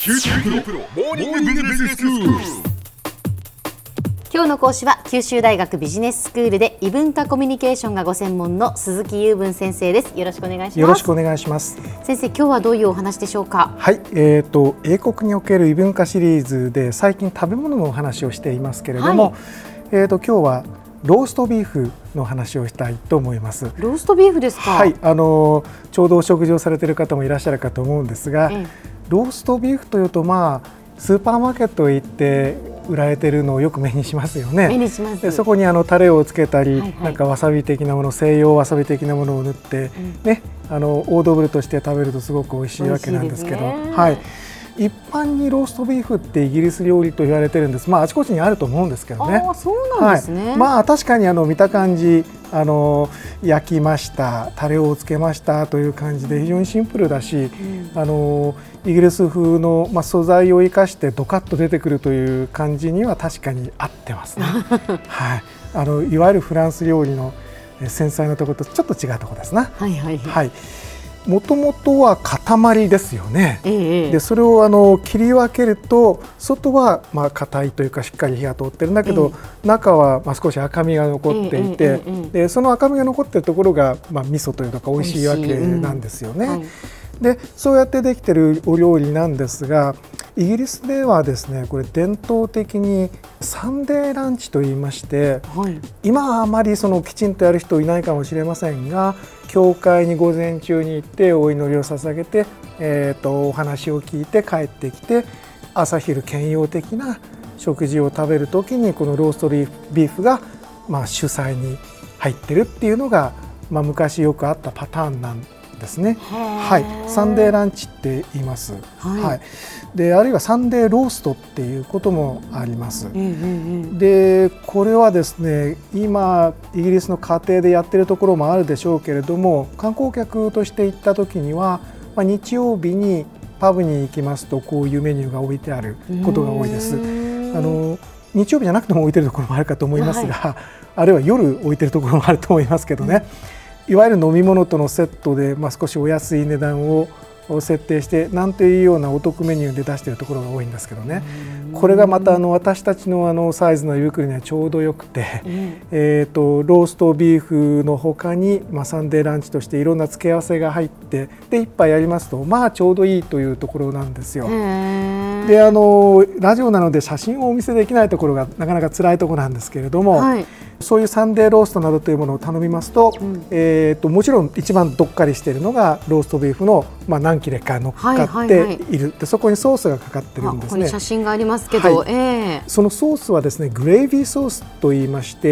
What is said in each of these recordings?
九州大学モーニングビジネススクール。 今日の講師は九州大学ビジネススクールで異文化コミュニケーションがご専門の鈴木雄文先生です。よろしくお願いします。 よろしくお願いします。 先生、今日はどういうお話でしょうか。 はい、英国における異文化シリーズで最近食べ物のお話をしていますけれども、今日はローストビーフの話をしたいと思います。 ローストビーフですか。 はい、ちょうどお食事をされている方もいらっしゃるかと思うんですが、ローストビーフというと、スーパーマーケットへ行って売られているのをよく目にしますよね。 目にします。 でそこにタレをつけたり、なんかわさび的なもの、西洋わさび的なものを塗って、オードブルとして食べるとすごく美味しいわけなんですけど、一般にローストビーフってイギリス料理と言われてるんです。あちこちにあると思うんですけどね。 そうなんですね。 確かに見た感じ焼きました、タレをつけましたという感じで非常にシンプルだし、イギリス風の、素材を生かしてドカッと出てくるという感じには確かに合ってますね。いわゆるフランス料理の繊細なところとちょっと違うところですな。もともとは塊ですよね。でそれを切り分けると外は硬いというかしっかり火が通ってるんだけど、中は少し赤みが残っていて、でその赤みが残っているところが味噌というか美味しいわけなんですよね。でそうやってできているお料理なんですが、イギリスではですね、これ伝統的にサンデーランチといいまして、今はあまりきちんとやる人いないかもしれませんが、教会に午前中に行ってお祈りを捧げて、お話を聞いて帰ってきて、朝昼兼用的な食事を食べるときにこのローストビーフが主菜に入ってるっていうのが、昔よくあったパターンなんですね。サンデーランチって言います。であるいはサンデーローストっていうこともあります。でこれはですね、今イギリスの家庭でやってるところもあるでしょうけれども、観光客として行った時には、日曜日にパブに行きますとこういうメニューが置いてあることが多いです。日曜日じゃなくても置いてるところもあるかと思いますが、あるいは夜置いてるところもあると思いますけどね。いわゆる飲み物とのセットで、少しお安い値段を設定してなんというようなお得メニューで出しているところが多いんですけどね。これがまた私たちのサイズの胃袋にはちょうどよくて、ローストビーフの他に、サンデーランチとしていろんな付け合わせが入ってで一杯やりますとちょうどいいというところなんですよ。でラジオなので写真をお見せできないところがなかなか辛いところなんですけれども、そういうサンデーローストなどというものを頼みますと、もちろん一番どっかりしているのがローストビーフの、何切れか乗っかっている、でそこにソースがかかってるんですね。 ここに写真がありますけど、 そのソースはですね、グレイビーソースと言いまして、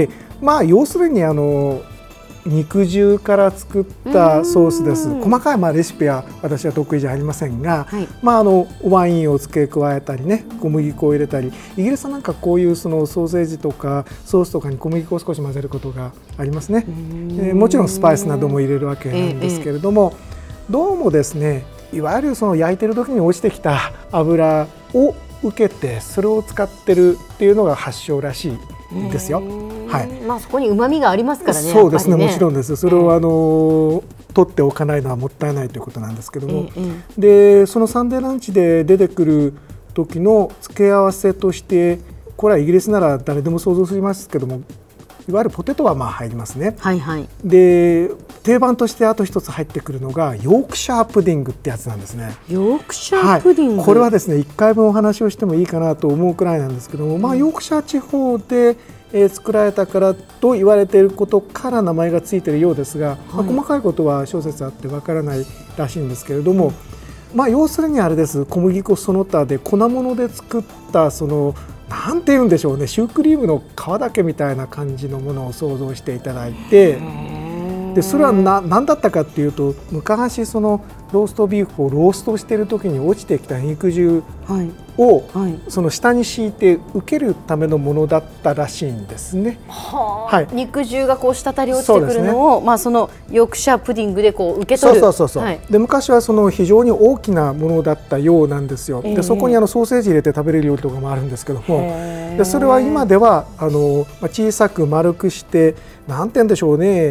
要するに肉汁から作ったソースです。細かいレシピは私は得意じゃありませんが、ワインを付け加えたりね、小麦粉を入れたり、イギリスはなんかこういうソーセージとかソースとかに小麦粉を少し混ぜることがありますね。もちろんスパイスなども入れるわけなんですけれども、どうもですね、いわゆる焼いてる時に落ちてきた油を受けてそれを使ってるっていうのが発祥らしいですよ。 そこに旨味がありますからね。 そうですね、もちろんです。それを取っておかないのはもったいないということなんですけども、でそのサンデーランチで出てくる時の付け合わせとして、これはイギリスなら誰でも想像しますけども、いわゆるポテトは入りますね。で定番としてあと一つ入ってくるのがヨークシャープディングってやつなんですね。 ヨークシャープディング、 これはですね、1回分お話をしてもいいかなと思うくらいなんですけども、ヨークシャー地方で作られたからと言われていることから名前がついているようですが、細かいことは諸説あってわからないらしいんですけれども、要するにあれです。小麦粉その他で粉物で作ったなんて言うんでしょうね、シュークリームの皮だけみたいな感じのものを想像していただいて、でそれは何だったかっていうと、昔ローストビーフをローストしている時に落ちてきた肉汁をその下に敷いて受けるためのものだったらしいんですね。 肉汁が滴り落ちてくるのを、そのヨークシャープディングで受け取る。 で昔は非常に大きなものだったようなんですよ。でそこにソーセージ入れて食べれる料理とかもあるんですけども、でそれは今では小さく丸くして、なんて言うんでしょうね、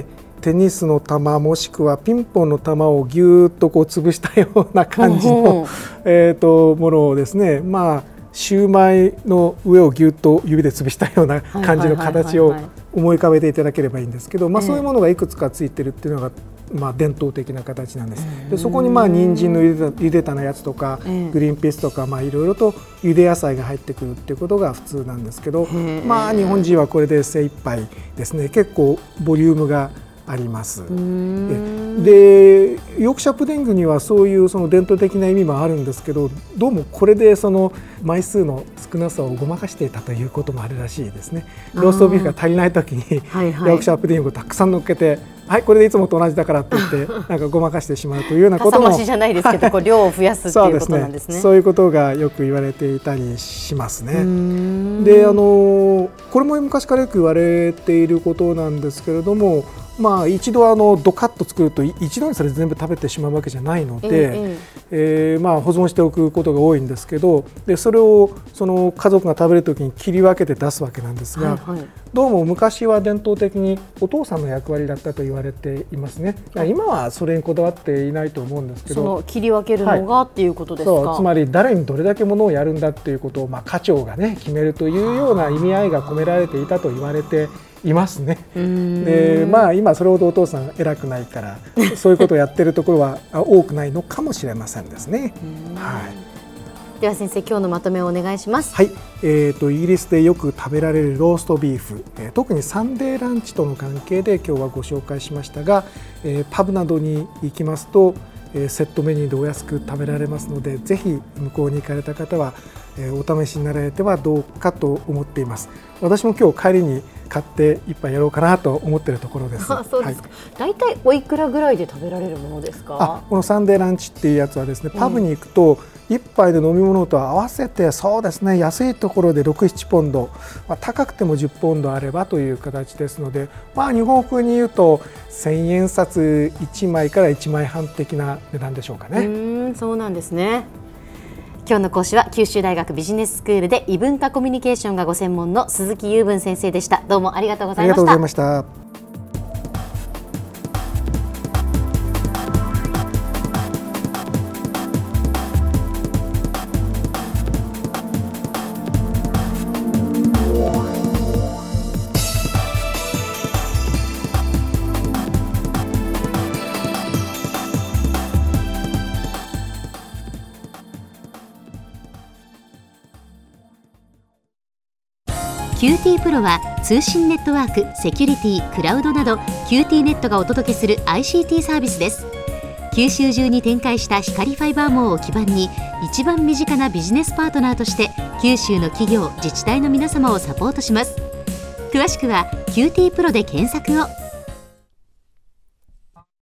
テニスの球もしくはピンポンの球をぎゅーっとこう潰したような感じのものをですね、シューマイの上をぎゅっと指で潰したような感じの形を思い浮かべていただければいいんですけど、そういうものがいくつかついてるっていうのが伝統的な形なんです。でそこに人参のゆでたのやつとかグリーンピースとかいろいろとゆで野菜が入ってくるっていうことが普通なんですけど、日本人はこれで精一杯ですね。結構ボリュームがあります。でヨークシャープディングにはそういうその伝統的な意味もあるんですけど、どうもこれでその枚数の少なさをごまかしていたということもあるらしいですね。ローストビーフが足りないときにヨークシャープディングをたくさん乗っけて、はいこれでいつもと同じだからって言ってなんかごまかしてしまうというようなこともかさ増しじゃないですけど、量を増やすっていうことなんですね。 そういうことがよく言われていたりしますね。でこれも昔からよく言われていることなんですけれども、一度ドカッと作ると一度にそれ全部食べてしまうわけじゃないので、保存しておくことが多いんですけど、でそれをその家族が食べるときに切り分けて出すわけなんですが、どうも昔は伝統的にお父さんの役割だったと言われていますね。今はそれにこだわっていないと思うんですけど、 その切り分けるのがっていうことですか。 そう、つまり誰にどれだけものをやるんだっていうことを家長がね決めるというような意味合いが込められていたと言われていますね。で今それほどお父さん偉くないからそういうことをやってるところは多くないのかもしれませんですね。 では先生、今日のまとめをお願いします。 イギリスでよく食べられるローストビーフ、特にサンデーランチとの関係で今日はご紹介しましたが、パブなどに行きますとセットメニューでお安く食べられますので、ぜひ向こうに行かれた方はお試しになられてはどうかと思っています。私も今日帰りに買って一杯やろうかなと思っているところです。 そうですか。だいたいおいくらぐらいで食べられるものですか。 このサンデーランチっていうやつはですね、パブに行くと一杯で飲み物と合わせてそうですね、安いところで6、7ポンド、高くても10ポンドあればという形ですので、日本風に言うと1000円札1枚から1枚半的な値段でしょうかね。 そうなんですね。今日の講師は九州大学ビジネススクールで異文化コミュニケーションがご専門の鈴木雄文先生でした。どうもありがとうございました。 ありがとうございました。 QT プロは通信ネットワーク、セキュリティ、クラウドなど QT ネットがお届けする ICT サービスです。九州中に展開した光ファイバー網を基盤に一番身近なビジネスパートナーとして九州の企業、自治体の皆様をサポートします。詳しくは QT プロで検索を。